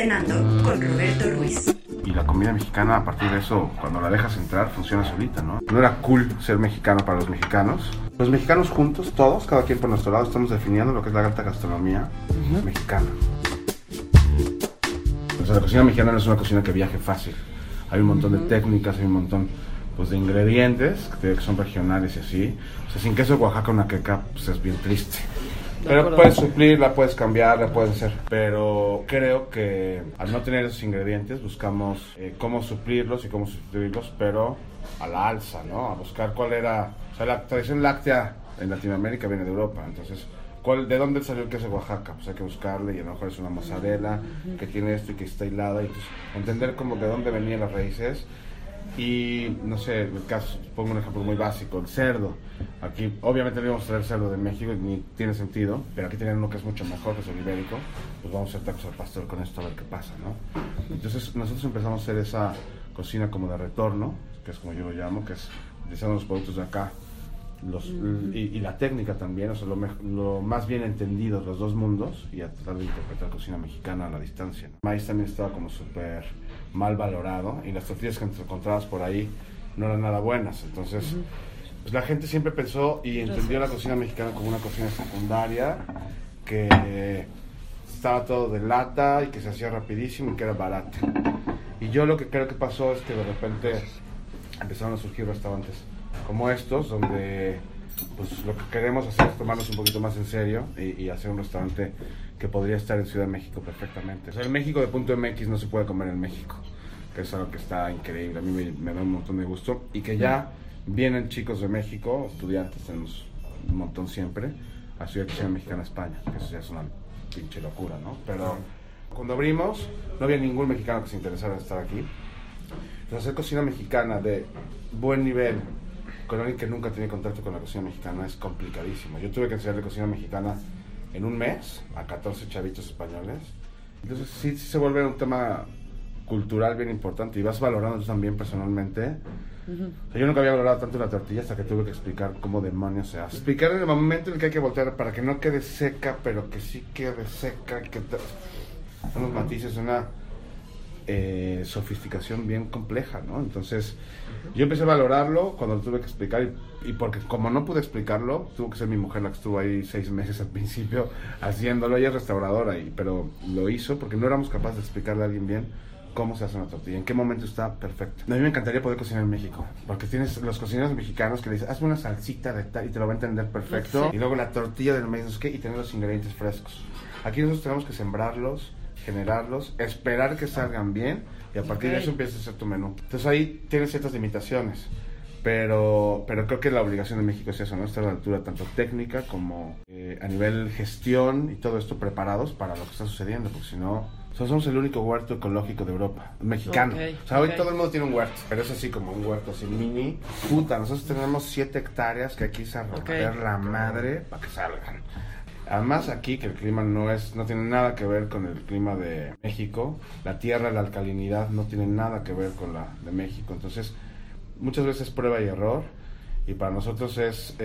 Cenando con Roberto Ruiz. Y la comida mexicana, a partir de eso, cuando la dejas entrar, funciona solita, ¿no? No era cool ser mexicano para los mexicanos. Los mexicanos juntos, todos, cada quien por nuestro lado, estamos definiendo lo que es la alta gastronomía mexicana. O sea, la cocina mexicana no es una cocina que viaje fácil. Hay un montón de técnicas, hay un montón pues, de ingredientes que son regionales y así. O sea, sin queso de Oaxaca una queca pues, es bien triste. Pero puedes suplirla, puedes cambiarla, puedes hacer. Pero creo que al no tener esos ingredientes buscamos cómo suplirlos y cómo sustituirlos, pero a la alza, ¿no? A buscar cuál era... O sea, la tradición láctea en Latinoamérica viene de Europa, entonces... ¿De dónde salió el queso de Oaxaca? Pues hay que buscarle y a lo mejor es una mozzarella que tiene esto y que está hilada. Y entonces entender como de dónde venían las raíces. Y no sé, en el caso, pongo un ejemplo muy básico, el cerdo. Aquí obviamente no íbamos a traer cerdo de México y ni tiene sentido, pero aquí tienen uno que es mucho mejor, que es el ibérico. Pues vamos a hacer tacos al pastor con esto a ver qué pasa, ¿no? Entonces nosotros empezamos a hacer esa cocina como de retorno, que es como yo lo llamo, que es utilizando los productos de acá. Y la técnica también, o sea, lo más bien entendidos los dos mundos y a tratar de interpretar cocina mexicana a la distancia. El maíz también estaba como súper mal valorado y las tortillas que encontrabas por ahí no eran nada buenas, entonces pues la gente siempre pensó y entendió la cocina mexicana como una cocina secundaria que estaba todo de lata y que se hacía rapidísimo y que era barata. Y yo lo que creo que pasó es que de repente empezaron a surgir restaurantes como estos, donde pues lo que queremos hacer es tomarnos un poquito más en serio y hacer un restaurante que podría estar en Ciudad de México perfectamente. O sea, el México de punto MX no se puede comer en México, que es algo que está increíble, a mí me da un montón de gusto, y que ya vienen chicos de México, estudiantes, tenemos un montón siempre, a estudiar cocina mexicana España, que eso ya es una pinche locura, ¿no? Pero cuando abrimos, no había ningún mexicano que se interesara en estar aquí. Entonces, hacer cocina mexicana de buen nivel, con alguien que nunca tiene contacto con la cocina mexicana es complicadísimo. Yo tuve que enseñarle cocina mexicana en un mes a 14 chavitos españoles. Entonces sí se vuelve un tema cultural bien importante y vas valorando tú también personalmente. O sea, yo nunca había valorado tanto una tortilla hasta que tuve que explicar cómo demonios se hace. Explicar en el momento en el que hay que voltear para que no quede seca, pero que sí quede seca, que unos matices, una sofisticación bien compleja, ¿no? Entonces yo empecé a valorarlo cuando lo tuve que explicar y porque como no pude explicarlo, tuvo que ser mi mujer la que estuvo ahí 6 meses al principio haciéndolo. Ella es restauradora, pero lo hizo porque no éramos capaces de explicarle a alguien bien cómo se hace una tortilla, en qué momento está perfecto. A mí me encantaría poder cocinar en México, porque tienes los cocineros mexicanos que le dicen, hazme una salsita de tal y te lo va a entender perfecto, y luego la tortilla del maíz, no sé qué, y tener los ingredientes frescos. Aquí nosotros tenemos que sembrarlos, generarlos, esperar que salgan bien y a partir de eso empiezas a hacer tu menú. Entonces ahí tienes ciertas limitaciones, pero creo que la obligación de México es eso, ¿no? Estar a la altura tanto técnica como a nivel gestión y todo esto preparados para lo que está sucediendo, porque si no, somos el único huerto ecológico de Europa, mexicano. O sea, hoy todo el mundo tiene un huerto, pero es así como un huerto así mini. Puta, nosotros tenemos 7 hectáreas que aquí se romper la madre para que salgan. Además aquí que el clima no tiene nada que ver con el clima de México, la tierra, la alcalinidad no tiene nada que ver con la de México, entonces muchas veces prueba y error, y para nosotros es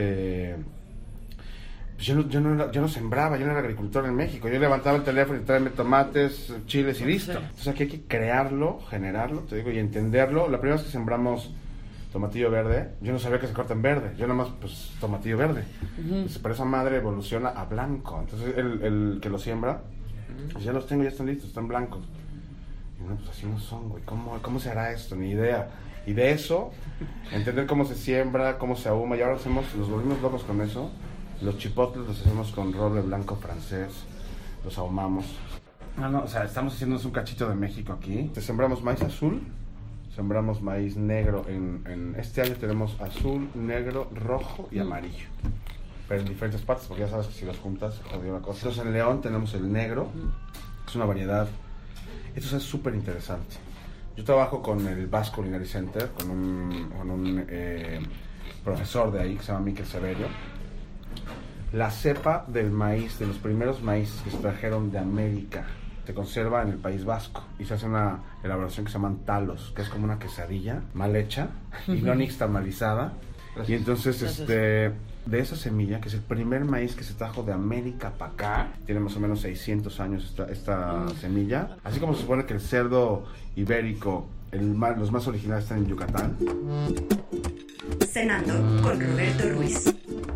yo no sembraba, yo no era agricultor en México, yo levantaba el teléfono y tráeme tomates, chiles y listo. Entonces aquí hay que crearlo, generarlo, te digo, y entenderlo. La primera vez que sembramos tomatillo verde, yo no sabía que se corta en verde, yo nada más pues tomatillo verde. Entonces, pero esa madre evoluciona a blanco, entonces el que lo siembra, pues ya los tengo, ya están listos, están blancos. Y no, pues así no son, güey, ¿cómo se hará esto? Ni idea. Y de eso, entender cómo se siembra, cómo se ahuma, y ahora nos volvimos locos con eso. Los chipotles los hacemos con roble blanco francés, los ahumamos. O sea, estamos haciéndonos un cachito de México aquí. Sembramos maíz azul, sembramos maíz negro. En este año tenemos azul, negro, rojo y amarillo. Pero en diferentes partes, porque ya sabes que si las juntas se jodió la cosa. Entonces en León tenemos el negro, que es una variedad. Esto es súper interesante. Yo trabajo con el Basque Culinary Center, con un profesor de ahí que se llama Miquel Severio. La cepa del maíz, de los primeros maíces que se trajeron de América, se conserva en el País Vasco y se hace una elaboración que se llaman talos, que es como una quesadilla mal hecha y no nixtamalizada. Y entonces de esa semilla, que es el primer maíz que se trajo de América para acá. Tiene más o menos 600 años esta semilla. Así como se supone que el cerdo ibérico, los más originales están en Yucatán. Cenando con Roberto Ruiz.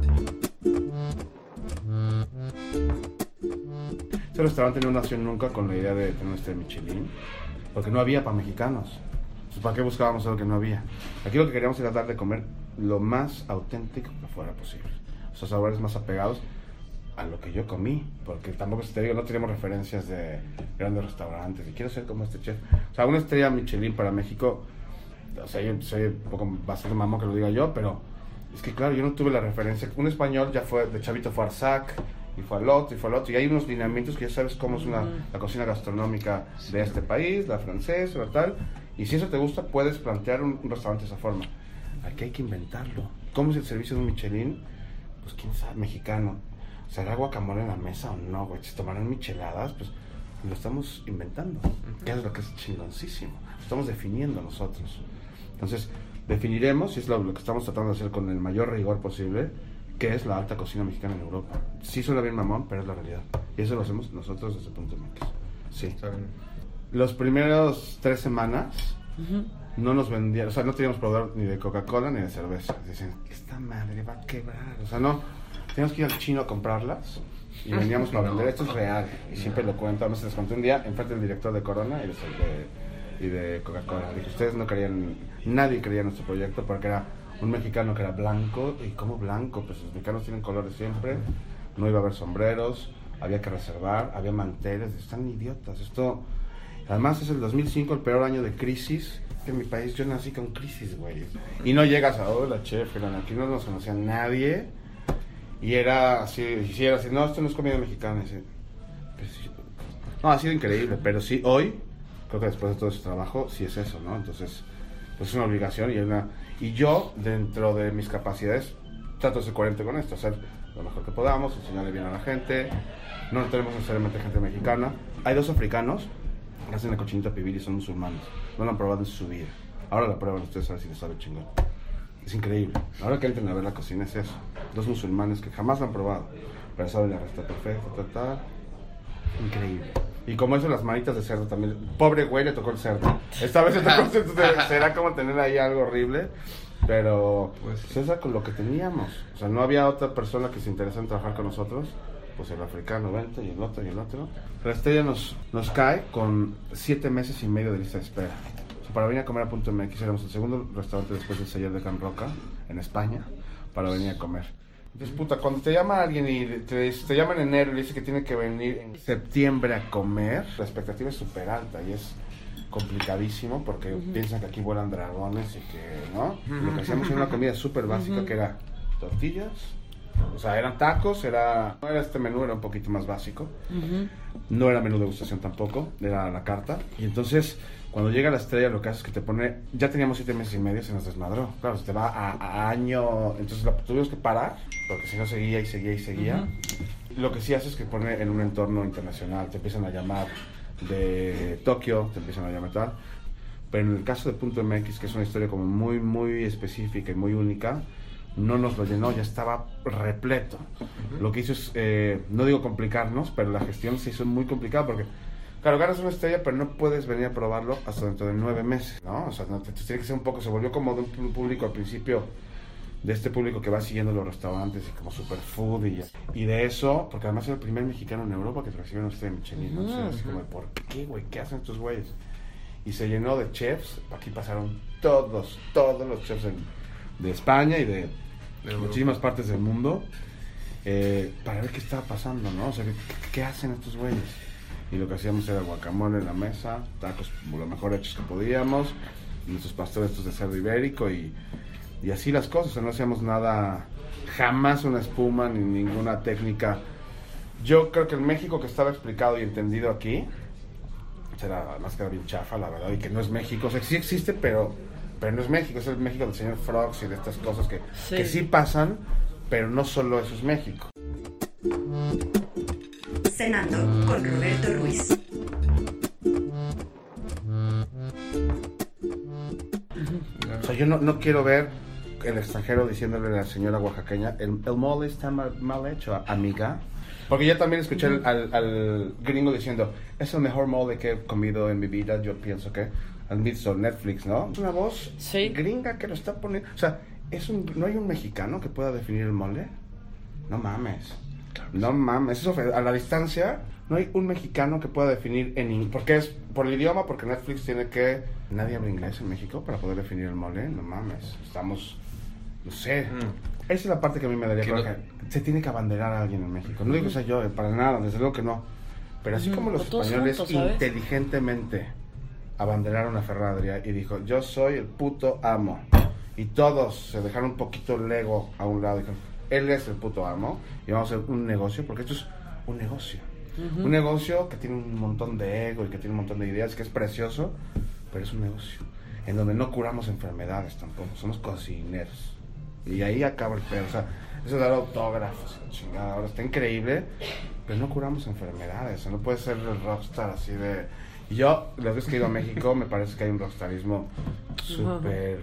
Este restaurante no nació nunca con la idea de tener una estrella Michelin, porque no había para mexicanos. Entonces, ¿para qué buscábamos algo que no había? Aquí lo que queríamos era dar de comer lo más auténtico que fuera posible. O sea, sabores más apegados a lo que yo comí, porque tampoco, te digo, no tenemos referencias de grandes restaurantes y quiero ser como este chef. O sea, una estrella Michelin para México, o sea, yo soy un poco bastante mamón que lo diga yo, pero es que claro, yo no tuve la referencia. Un español ya fue, de chavito fue a Arsac, y fue al otro, y fue al otro, y hay unos lineamientos que ya sabes cómo es la cocina gastronómica de este país, la francesa, la tal, y si eso te gusta, puedes plantear un restaurante de esa forma. Aquí hay que inventarlo. ¿Cómo es el servicio de un Michelin? Pues quién sabe, mexicano. ¿Será guacamole en la mesa o no, güey? Si tomarán micheladas, pues lo estamos inventando. Que es lo que es chingoncísimo. Lo estamos definiendo nosotros. Entonces, definiremos, y es lo que estamos tratando de hacer con el mayor rigor posible, que es la alta cocina mexicana en Europa. Sí suena bien mamón, pero es la realidad. Y eso lo hacemos nosotros desde Punto MX. Sí. Los primeros 3 semanas no nos vendían, o sea, no teníamos proveedor ni de Coca-Cola ni de cerveza. Dicen, esta madre va a quebrar. O sea, no, teníamos que ir al chino a comprarlas y veníamos para vender. Esto es real. Y siempre lo cuento. Además, les conté un día enfrente del director de Corona y de Coca-Cola. Dije, ustedes no creían, nadie creía en nuestro proyecto porque era un mexicano que era blanco. ¿Y cómo blanco? Pues los mexicanos tienen colores siempre. No iba a haber sombreros, había que reservar, había manteles. Están idiotas. Esto, además, es el 2005, el peor año de crisis. En mi país yo nací con crisis, güey. Y no llegas a, hola, chef, aquí no nos conocía nadie. Y era así, no, esto no es comida mexicana. Así, pues, no, ha sido increíble, pero sí, hoy, creo que después de todo ese trabajo, sí es eso, ¿no? Entonces, pues es una obligación y yo, dentro de mis capacidades, trato de ser coherente con esto, hacer lo mejor que podamos, enseñarle bien a la gente. No tenemos necesariamente gente mexicana. Hay 2 africanos que hacen la cochinita pibil y son musulmanes. No lo han probado en su vida. Ahora la prueban ustedes a ver si les sabe chingón. Es increíble. Ahora que entren a ver la cocina es eso. 2 musulmanes que jamás lo han probado, pero saben la receta perfecta, Increíble. Y como eso, las manitas de cerdo también. Pobre güey, le tocó el cerdo. Esta vez le tocó el cerdo. Será como tener ahí algo horrible. Pero pues eso con lo que teníamos. O sea, no había otra persona que se interesara en trabajar con nosotros. Pues el africano, vente, y el otro, y el otro. La estrella nos cae con 7 meses y medio de lista de espera. O sea, para venir a comer a Punto MX éramos el segundo restaurante después del Seller de Can Roca, en España, para venir a comer. Entonces, puta, cuando te llama alguien y te llama en enero y le dice que tiene que venir en septiembre a comer, la expectativa es súper alta y es complicadísimo porque piensan que aquí vuelan dragones y que, ¿no? Lo que hacíamos era una comida súper básica que era tortillas, o sea, eran tacos, no era este menú, era un poquito más básico, no era menú de degustación tampoco, era la carta. Y entonces, cuando llega la estrella, lo que hace es que te pone, ya teníamos 7 meses y medio, se nos desmadró, claro, se te va a año, entonces tuvimos que parar, porque si no seguía y seguía y seguía. Lo que sí hace es que pone en un entorno internacional, te empiezan a llamar de Tokio, te empiezan a llamar tal, pero en el caso de Punto MX, que es una historia como muy, muy específica y muy única, no nos lo llenó, ya estaba repleto. Lo que hizo es, no digo complicarnos, pero la gestión se hizo muy complicada porque, claro, ganas una estrella, pero no puedes venir a probarlo hasta dentro de 9 meses, ¿no? O sea, no, tiene que ser un poco, se volvió como de un público al principio, de este público que va siguiendo los restaurantes y como superfood y de eso, porque además era el primer mexicano en Europa que recibió una estrella Michelin, ¿no? O sea, así como, ¿por qué, güey? ¿Qué hacen estos güeyes? Y se llenó de chefs, aquí pasaron todos los chefs de España y de muchísimas partes del mundo, para ver qué estaba pasando, ¿no? O sea, ¿qué hacen estos güeyes? Y lo que hacíamos era guacamole en la mesa, tacos lo mejor hechos que podíamos, nuestros pastores estos de cerdo ibérico y así las cosas. O sea, no hacíamos nada, jamás una espuma ni ninguna técnica. Yo creo que el México que estaba explicado y entendido aquí, era además que era bien chafa, la verdad, y que no es México. O sea, sí existe, pero no es México, es el México del señor Frogs y de estas cosas que sí pasan, pero no solo eso es México. Cenando con Roberto Ruiz. O sea, yo no quiero ver el extranjero diciéndole a la señora oaxaqueña, el mole está mal hecho, amiga. Porque yo también escuché al gringo diciendo, es el mejor mole que he comido en mi vida, yo pienso que han visto Netflix, ¿no? Es una voz gringa que lo está poniendo. O sea, ¿no hay un mexicano que pueda definir el mole? No mames. No mames. Eso a la distancia, no hay un mexicano que pueda definir porque es por el idioma, porque Netflix tiene que... Nadie habla inglés en México para poder definir el mole. No mames. Estamos... No sé. Esa es la parte que a mí me daría coraje. Se tiene que abanderar a alguien en México. No digo que sea yo, para nada, desde luego que no. Pero así como los españoles inteligentemente abanderaron a Ferradria y dijo, yo soy el puto amo. Y todos se dejaron un poquito el ego a un lado y dijeron, él es el puto amo y vamos a hacer un negocio, porque esto es un negocio. Un negocio que tiene un montón de ego y que tiene un montón de ideas, que es precioso, pero es un negocio en donde no curamos enfermedades tampoco, somos cocineros. Y ahí acaba el pedo, o sea, eso de dar autógrafos, chingada, ahora está increíble, pero no curamos enfermedades, o sea, no puede ser el rockstar así de... Y yo, las veces que he ido a México, me parece que hay un rockstarismo súper...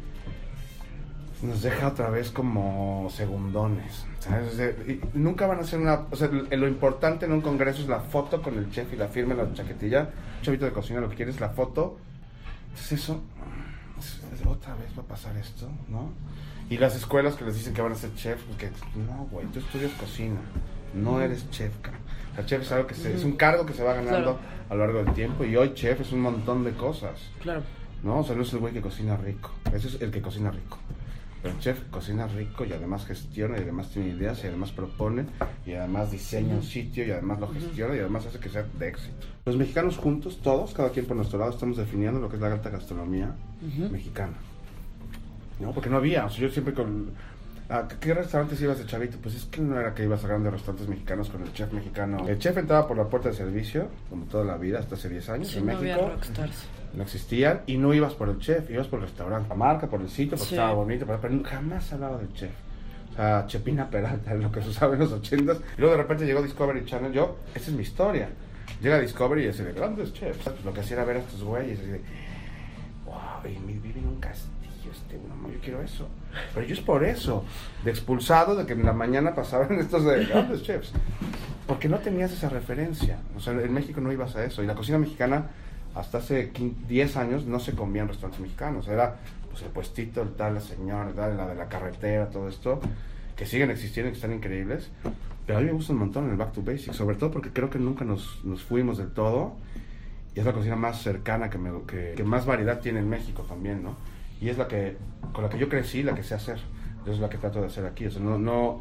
Nos deja otra vez como segundones, ¿sabes? O sea, nunca van a ser una... O sea, lo importante en un congreso es la foto con el chef y la firma en la chaquetilla, un chavito de cocina, lo que quieres, la foto. Entonces eso... Otra vez va a pasar esto, ¿no? Y las escuelas que les dicen que van a ser chef, porque no, güey, tú estudias cocina, no eres chef, cara. O sea, chef es algo que es un cargo que se va ganando a lo largo del tiempo, y hoy chef es un montón de cosas. Claro. ¿No? O sea, no es el güey que cocina rico, ese es el que cocina rico. Pero el chef cocina rico y además gestiona y además tiene ideas y además propone y además diseña un sitio y además lo gestiona y además hace que sea de éxito. Los mexicanos juntos, todos, cada quien por nuestro lado, estamos definiendo lo que es la alta gastronomía mexicana. ¿No? Porque no había, o sea, yo siempre ¿a qué restaurantes ibas de chavito? Pues es que no era que ibas a grandes restaurantes mexicanos con el chef mexicano. El chef entraba por la puerta de servicio, como toda la vida, hasta hace 10 años en México. Había rockstars. No existían, y no ibas por el chef, ibas por el restaurante, la marca, por el sitio, porque estaba bonito, pero jamás hablaba del chef. O sea, Chepina Peralta, lo que se usaba en los 80s. Y luego de repente llegó Discovery Channel, esa es mi historia. Llega Discovery y es de grandes chefs. Pues lo que hacía era ver a estos güeyes y de, wow, y viven en un castillo, no, yo quiero eso. Pero yo es por eso, de expulsado, de que en la mañana pasaban estos de grandes chefs. Porque no tenías esa referencia. O sea, en México no ibas a eso. Y la cocina mexicana, hasta hace 10 años, no se comía en restaurantes mexicanos. Era pues el puestito, el tal, la señora, la de la carretera, todo esto, que siguen existiendo y que están increíbles. Pero a mí me gusta un montón el Back to Basics, sobre todo porque creo que nunca nos fuimos del todo. Y es la cocina más cercana que más variedad tiene en México también, ¿no? Y es con la que yo crecí, la que sé hacer. Es la que trato de hacer aquí. O sea, no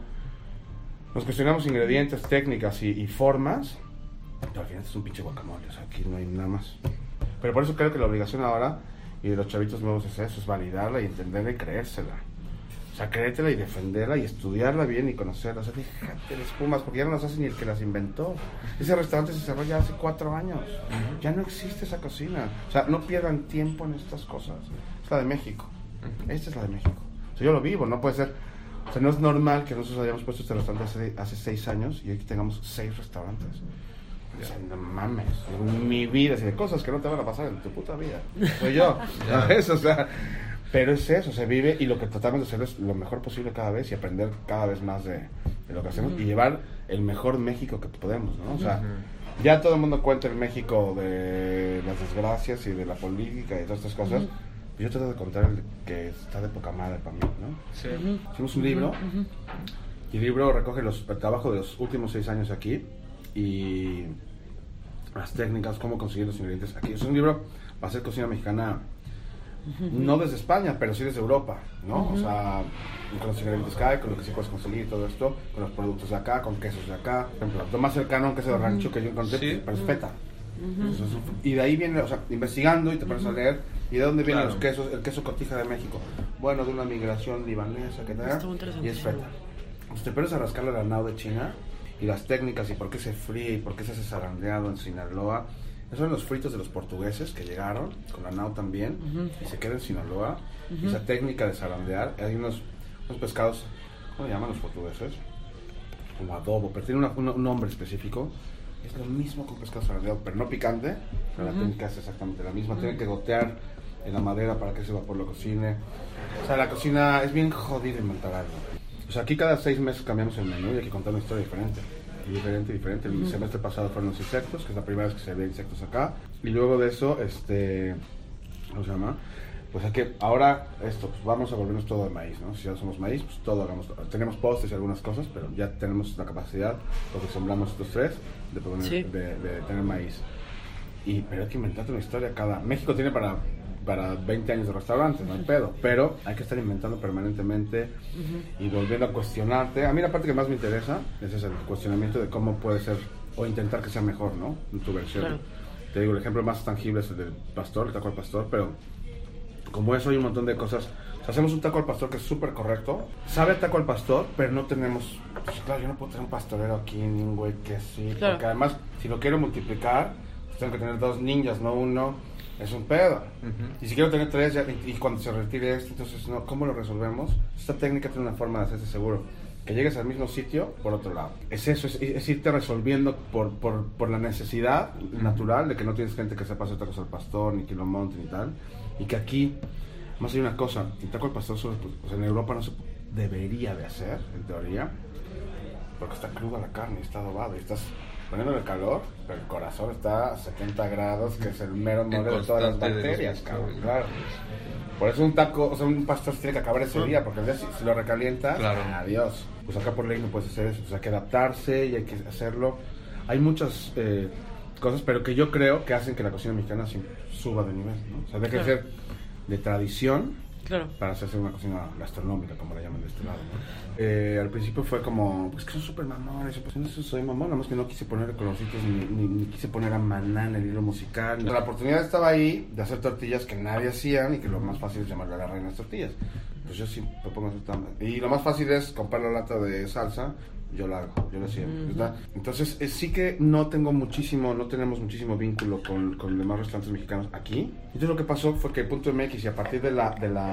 nos cuestionamos ingredientes, técnicas y formas, pero al final es un pinche guacamole. O sea, aquí no hay nada más. Pero por eso creo que la obligación ahora, y de los chavitos nuevos, es eso, es validarla y entenderla y creérsela. O sea, creértela y defenderla y estudiarla bien y conocerla. O sea, déjate de espumas, porque ya no las hace ni el que las inventó. Ese restaurante se cerró ya hace 4 años. Ya no existe esa cocina. O sea, no pierdan tiempo en estas cosas. Es la de México. Esta es la de México. O sea, yo lo vivo, no puede ser. O sea, no es normal que nosotros hayamos puesto este restaurante hace 6 años y aquí tengamos 6 restaurantes. O sea, no mames, en mi vida, así de cosas que no te van a pasar en tu puta vida. Soy yo, ¿sabes? O sea, pero es eso, se vive y lo que tratamos de hacer es lo mejor posible cada vez y aprender cada vez más de lo que hacemos y llevar el mejor México que podemos, ¿no? O sea, ya todo el mundo cuenta el México de las desgracias y de la política y todas estas cosas. Yo trato de contar el que está de poca madre para mí, ¿no? Sí. Hicimos un libro y el libro recoge el trabajo de los últimos 6 años aquí y las técnicas, cómo conseguir los ingredientes aquí. Es un libro para hacer cocina mexicana, no desde España, pero sí desde Europa, ¿no? O sea, con los ingredientes que hay, con lo que sí puedes conseguir, todo esto, con los productos de acá, con quesos de acá. Por ejemplo, lo más cercano a un queso de rancho que yo encontré, pero es feta. Entonces, y de ahí viene, o sea, investigando y te pones a leer, y de dónde vienen los quesos, el queso cotija de México. Bueno, de una migración libanesa que tal, y es feta. Entonces te pones a rascarle la nao de China y las técnicas y por qué se fríe y por qué se hace zarandeado en Sinaloa. Esos son los fritos de los portugueses que llegaron con la nao también y se quedan en Sinaloa. Esa técnica de zarandear, hay unos pescados, ¿cómo le llaman los portugueses? Como adobo, pero tiene un nombre específico. Es lo mismo con pescado zarandeado, pero no picante, pero la técnica es exactamente la misma. Tienen que gotear en la madera para que ese vapor lo cocine. O sea, la cocina es bien jodida inventar algo. O sea, aquí cada 6 meses cambiamos el menú y hay que contar una historia diferente. Diferente. El semestre pasado fueron los insectos, que es la primera vez que se ve insectos acá. Y luego de eso, ¿cómo se llama? Pues hay que, ahora esto, pues vamos a volvernos todo de maíz, ¿no? Si ya somos maíz, pues todo hagamos. Tenemos postres y algunas cosas, pero ya tenemos la capacidad, porque sembramos estos 3, de poner, sí, de tener maíz. Pero hay que inventarte una historia cada... México tiene para 20 años de restaurantes, no hay pedo, pero hay que estar inventando permanentemente y volviendo a cuestionarte. A mí la parte que más me interesa es ese, el cuestionamiento de cómo puede ser o intentar que sea mejor, ¿no? En tu versión. Claro. Te digo, el ejemplo más tangible es el del pastor, el taco al pastor, pero como eso hay un montón de cosas. O sea, hacemos un taco al pastor que es súper correcto, sabe a taco al pastor, pero no tenemos... Pues claro, yo no puedo tener un pastorero aquí, ni un güey que sí, claro, porque además, si lo quiero multiplicar, pues tengo que tener 2 ninjas, no uno. Es un pedo. Y si quiero tener 3 ya, y cuando se retire esto, entonces no, ¿cómo lo resolvemos? Esta técnica tiene una forma de hacerse seguro. Que llegues al mismo sitio por otro lado. Es eso, es irte resolviendo por la necesidad natural de que no tienes gente que sepa hacer tacos al pastor, ni que lo monte, ni tal. Y que aquí, más hay una cosa, el taco al pastor solo, pues, en Europa no se debería de hacer, en teoría, porque está cruda la carne, está adobado, y estás poniéndole el calor, pero el corazón está a 70 grados, que es el mero mole de todas las bacterias, cabrón, claro. Por eso un taco, o sea, un pastor se tiene que acabar ese día, porque el día si lo recalientas, claro, adiós. Pues acá por ley no puedes hacer eso, pues hay que adaptarse y hay que hacerlo. Hay muchas cosas, pero que yo creo que hacen que la cocina mexicana suba de nivel, ¿no? O sea, deje de ser de tradición, claro, para hacerse una cocina gastronómica, como la llaman de este lado, ¿no? Al principio fue como, pues que son súper mamones, pues no soy mamón, nada más que no quise poner colorcitos ni quise poner a Maná en el hilo musical. La oportunidad estaba ahí de hacer tortillas que nadie hacían y que lo más fácil es llamarle a la reina de las tortillas. Pues yo sí me pongo a hacer también. Y lo más fácil es comprar la lata de salsa, yo la hago, yo lo siento, ¿verdad? Entonces sí que no tenemos muchísimo vínculo con demás restaurantes mexicanos aquí. Entonces lo que pasó fue que Punto MX, y a partir de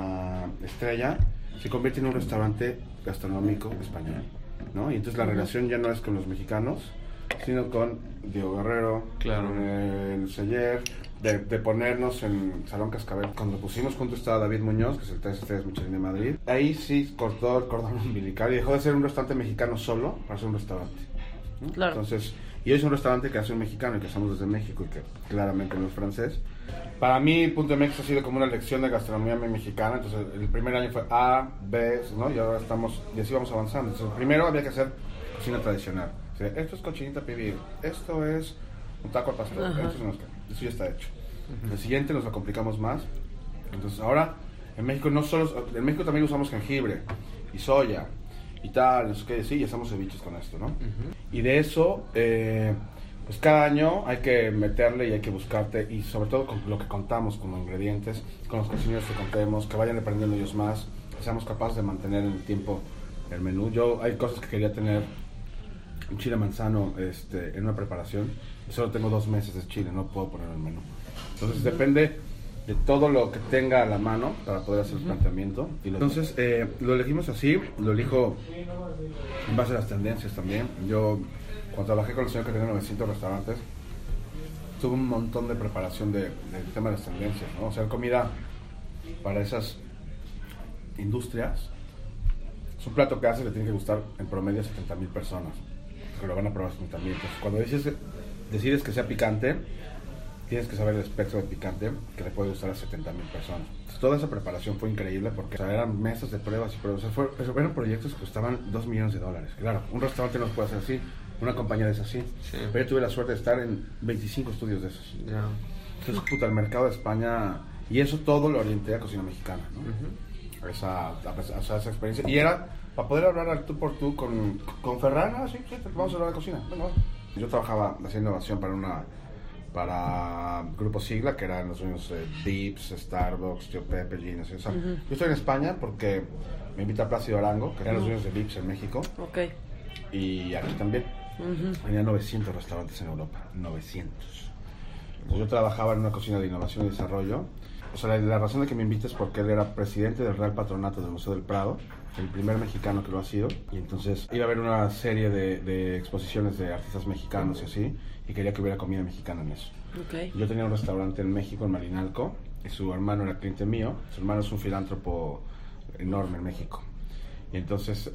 la estrella, se convierte en un restaurante gastronómico español, ¿no? Y entonces la relación ya no es con los mexicanos, sino con Diego Guerrero, claro, con el Seller, de ponernos en Salón Cascabel. Cuando pusimos junto estaba David Muñoz, que es el 3 estrellas Michelin de Madrid. Ahí sí cortó el cordón umbilical y dejó de ser un restaurante mexicano solo para ser un restaurante, ¿no? Claro. Entonces, y hoy es un restaurante que hace un mexicano y que estamos desde México y que claramente no es francés. Para mí, Punto MX ha sido como una lección de gastronomía mexicana. Entonces, el primer año fue A, B, ¿no? Y ahora estamos, y así vamos avanzando. Entonces, primero había que hacer cocina tradicional. O sea, esto es cochinita pibil, esto es un taco al pastor, eso ya está hecho. El siguiente nos lo complicamos más. Entonces, ahora, en México también usamos jengibre y soya y tal, no sé qué, sí, y hacemos ceviches con esto, ¿no? Y de eso, pues cada año hay que meterle y hay que buscarte, y sobre todo con lo que contamos como ingredientes, con los cocineros que contemos, que vayan aprendiendo ellos más, que seamos capaces de mantener en el tiempo el menú. Hay cosas que quería tener, un chile manzano en una preparación, y solo tengo 2 meses de chile, no puedo poner en el menú. Entonces depende de todo lo que tenga a la mano para poder hacer el planteamiento. Entonces lo elegimos así, lo elijo en base a las tendencias también. Yo, cuando trabajé con el señor que tenía 900 restaurantes, tuve un montón de preparación del tema de las tendencias, ¿no? O sea, comida para esas industrias, es un plato que hace, le tiene que gustar en promedio a 70,000 personas, que lo van a probar 70,000. Entonces, cuando decides que sea picante, tienes que saber el espectro de picante que le puede gustar a 70,000 personas. Entonces, toda esa preparación fue increíble porque, o sea, eran mesas de pruebas y pruebas. O sea, eran proyectos que costaban $2 millones. Claro, un restaurante no lo puede hacer así, una compañía es así. Sí. Pero yo tuve la suerte de estar en 25 estudios de esos. Yeah. Entonces, el mercado de España, y eso todo lo orienté a cocina mexicana, ¿no? Esa experiencia. Y era para poder hablar al tú por tú con Ferran. Sí, vamos a hablar de cocina. Bueno, yo trabajaba haciendo innovación para Grupo Sigla, que eran los dueños de Dips, Starbucks, Tío Pepe, Guinness, o sea, yo estoy en España porque me invita Plácido Arango, que eran los dueños de Dips en México, y aquí también. Tenía 900 restaurantes en Europa, 900. Entonces, yo trabajaba en una cocina de innovación y desarrollo. O sea, la razón de que me invite es porque él era presidente del Real Patronato del Museo del Prado, el primer mexicano que lo ha sido, y entonces iba a haber una serie de exposiciones de artistas mexicanos y así, y quería que hubiera comida mexicana en eso. Yo tenía un restaurante en México, en Marinalco, y su hermano era cliente mío. Su hermano es un filántropo enorme en México. Y entonces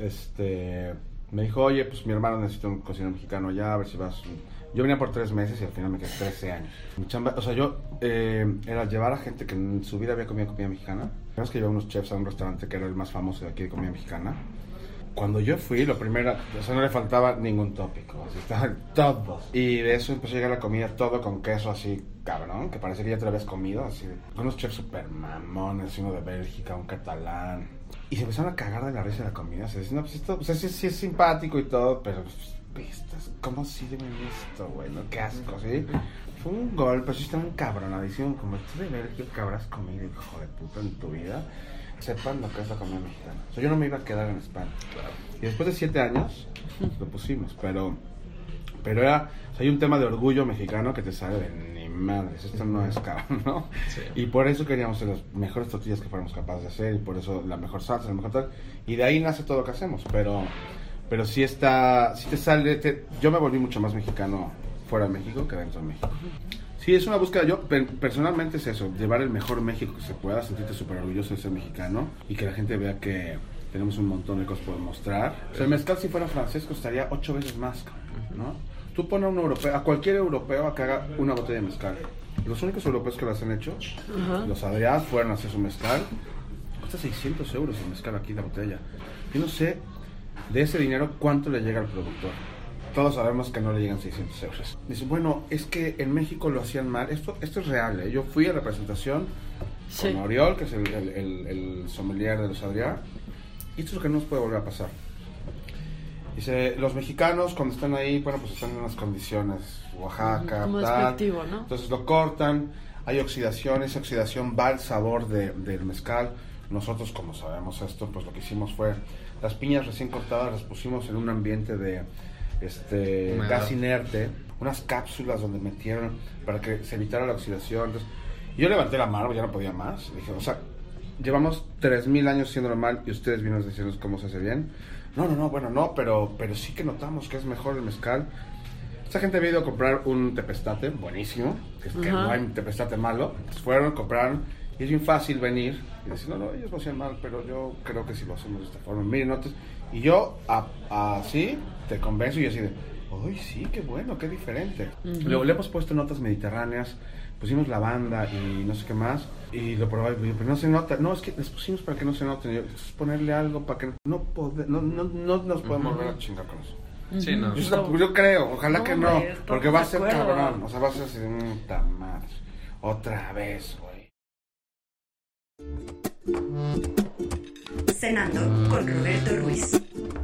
me dijo, oye, pues mi hermano necesita un cocinero mexicano allá, a ver si vas. Yo venía por 3 meses y al final me quedé 13 años. Mi chamba, o sea, yo era llevar a gente que en su vida había comido comida mexicana. Tenemos que llevar unos chefs a un restaurante que era el más famoso de aquí de comida mexicana. Cuando yo fui, lo primero, o sea, no le faltaba ningún tópico, así estaban todos. Y de eso empezó a llegar la comida, todo con queso así, cabrón, que parecía que ya te lo habías comido, así. Unos chefs super mamones, uno de Bélgica, un catalán. Y se empezaron a cagar de la risa de la comida, o sea, no, pues esto, o sea, sí es simpático y todo, pero pues, ¿cómo sirven esto, güey? ¿No? Qué asco, ¿sí? Fue un golpe, así estaban cabronadísimos, como esto de Bélgica que habrás comido, hijo de puta, en tu vida. Sepan lo que es la comida mexicana. O sea, yo no me iba a quedar en España. Claro. Y después de 7 años lo pusimos, pero era, o sea, hay un tema de orgullo mexicano que te sale de ni madres, esto no es cabrón, ¿no? Sí. Y por eso queríamos hacer las mejores tortillas que fuéramos capaces de hacer, y por eso la mejor salsa, la mejor tal, y de ahí nace todo lo que hacemos, pero sí te sale, yo me volví mucho más mexicano fuera de México que dentro de México. Sí, es una búsqueda, yo personalmente es eso, llevar el mejor México que se pueda, sentirte súper orgulloso de ser mexicano y que la gente vea que tenemos un montón de cosas por mostrar. O sea, el mezcal si fuera francés costaría 8 veces más, ¿no? Tú pones a un europeo, a cualquier europeo a que haga una botella de mezcal. Los únicos europeos que las han hecho, los Adrià, fueron a hacer su mezcal. Cuesta 600 euros el mezcal aquí, la botella. Yo no sé de ese dinero cuánto le llega al productor. Todos sabemos que no le llegan 600 euros. Dicen, bueno, es que en México lo hacían mal. Esto es real, ¿eh? Yo fui a la presentación con Oriol, que es el sommelier de los Adrià, y esto es lo que no nos puede volver a pasar. Dice, los mexicanos cuando están ahí, bueno, pues están en unas condiciones, Oaxaca, como tal. despectivo, ¿no? Entonces lo cortan, hay oxidación, esa oxidación va al sabor del mezcal. Nosotros, como sabemos esto, pues lo que hicimos fue, las piñas recién cortadas las pusimos en un ambiente de gas inerte, unas cápsulas donde metieron para que se evitara la oxidación. Entonces, yo levanté la mano, ya no podía más. Dije, o sea, llevamos 3000 años haciéndolo mal y ustedes vienen a decirnos cómo se hace bien. No, pero sí que notamos que es mejor el mezcal. Esta gente había ido a comprar un tepestate buenísimo, que no hay un tepestate malo. Entonces fueron, compraron, y es bien fácil venir y decir, no, ellos lo hacían mal, pero yo creo que si lo hacemos de esta forma, miren, notas. Y yo así te convenzo y así de, uy, sí, qué bueno, qué diferente. Luego le hemos puesto notas mediterráneas, pusimos lavanda y no sé qué más, y lo probé, pero no se nota. No, es que les pusimos para que no se noten. Es ponerle algo para que no nos podemos volver a chingar con eso. Sí, no. Yo creo, ojalá que no, porque va a ser acuerdo. cabrón, o sea, va a ser así, puta madre, otra vez, güey. Cenando con Roberto Ruiz.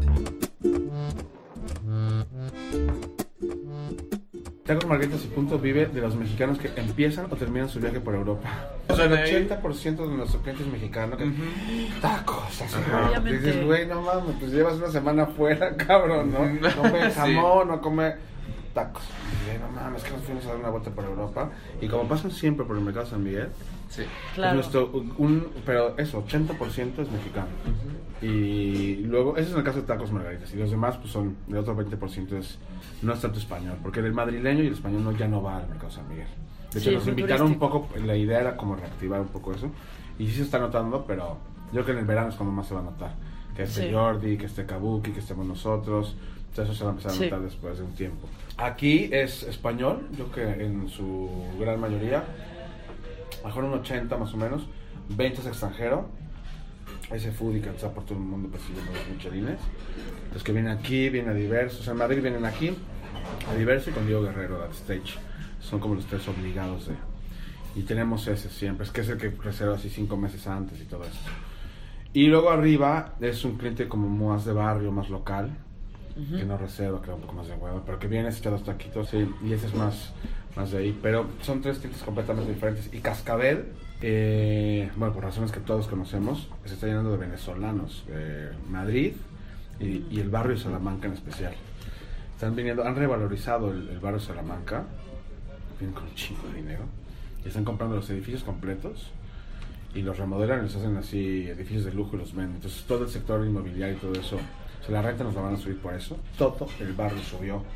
Tacos Margaritas y Punto vive de los mexicanos que empiezan o terminan su viaje por Europa. O sea, el 80% de nuestros clientes mexicanos que tacos, así, dices, güey, no mames, pues llevas una semana afuera, cabrón, ¿no? Come jamón, no come tacos. Y no mames, que nos fuimos a dar una vuelta por Europa. Y como pasan siempre por el mercado de San Miguel, sí, claro. Pero eso, 80% es mexicano. Y luego, ese es el caso de Tacos Margaritas. Y los demás, pues son, el otro 20% no es tanto español. Porque el madrileño y el español ya no va al mercado de San Miguel. De hecho, nos invitaron un poco, la idea era como reactivar un poco eso. Y sí se está notando, pero yo creo que en el verano es cuando más se va a notar. Que esté Jordi, que esté Kabuki, que estemos nosotros. Entonces eso se va a empezar a notar después de un tiempo. Aquí es español, yo creo que en su gran mayoría. Mejor un 80 más o menos. 20 es extranjero. Ese foodie que está por todo el mundo persiguiendo los michelines. Los que vienen aquí, vienen a Diverso. O sea, en Madrid vienen aquí a Diverso y con Diego Guerrero, That Stage. Son como los 3 obligados de... Y tenemos ese siempre. Es que es el que reserva así 5 meses antes y todo eso. Y luego arriba es un cliente como más de barrio, más local. Que no reserva, que da un poco más de huevo. Pero que viene, se echa los taquitos, sí, y ese es más de ahí. Pero son 3 clientes completamente diferentes. Y Cascabel, bueno, por razones que todos conocemos, se está llenando de venezolanos. Madrid y el barrio de Salamanca en especial. Están viniendo, han revalorizado el barrio de Salamanca. Vienen con un chingo de dinero. Y están comprando los edificios completos. Y los remodelan y los hacen así, edificios de lujo y los venden. Entonces todo el sector inmobiliario y todo eso, o sea, la renta nos la van a subir por eso. Todo el barrio subió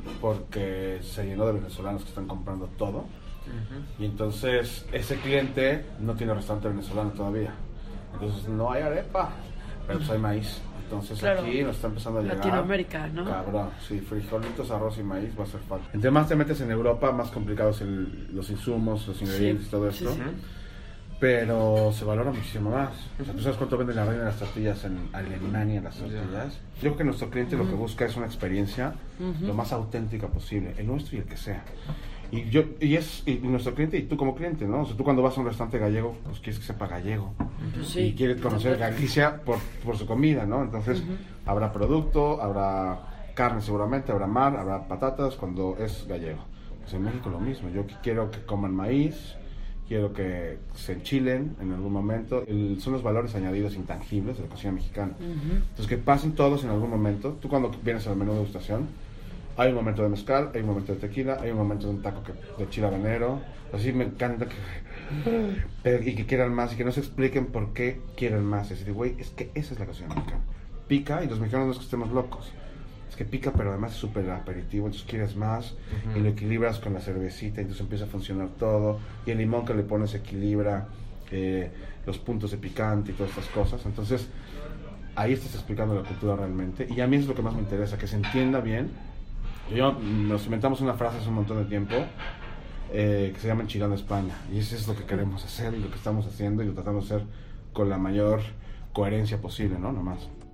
porque se llenó de venezolanos que están comprando todo. Y entonces ese cliente no tiene restaurante venezolano todavía. Entonces no hay arepa, pero pues hay maíz. Entonces Claro. aquí nos está empezando a llegar. Latinoamérica, ¿no? Cabrón, sí, frijolitos, arroz y maíz va a ser falta. Entre más te metes en Europa, más complicados los insumos, los ingredientes y todo esto. Sí. Pero se valora muchísimo más. O sea, ¿tú sabes cuánto vende la reina de las tortillas en Alemania, las tortillas? Yo creo que nuestro cliente lo que busca es una experiencia lo más auténtica posible, el nuestro y el que sea. Y nuestro cliente y tú como cliente, ¿no? O sea, tú cuando vas a un restaurante gallego, pues quieres que sepa gallego. Sí. Y quieres conocer Galicia por su comida, ¿no? Entonces, habrá producto, habrá carne seguramente, habrá mar, habrá patatas cuando es gallego. Pues en México lo mismo. Yo quiero que coman maíz, quiero que se enchilen en algún momento. Son los valores añadidos intangibles de la cocina mexicana. Entonces, que pasen todos en algún momento. Tú cuando vienes al menú de degustación, hay un momento de mezcal, hay un momento de tequila, hay un momento de un taco de chile habanero. Así me encanta y que quieran más y que no se expliquen por qué quieren más. Es decir, güey, es que esa es la cocina mexicana. Pica, y los mexicanos no es que estemos locos. Es que pica, pero además es súper aperitivo, entonces quieres más y lo equilibras con la cervecita, entonces empieza a funcionar todo. Y el limón que le pones equilibra los puntos de picante y todas estas cosas. Entonces, ahí estás explicando la cultura realmente. Y a mí es lo que más me interesa, que se entienda bien. Nos inventamos una frase hace un montón de tiempo que se llama Enchilando España, y eso es lo que queremos hacer y lo que estamos haciendo y lo tratamos de hacer con la mayor coherencia posible, ¿no? Nomás.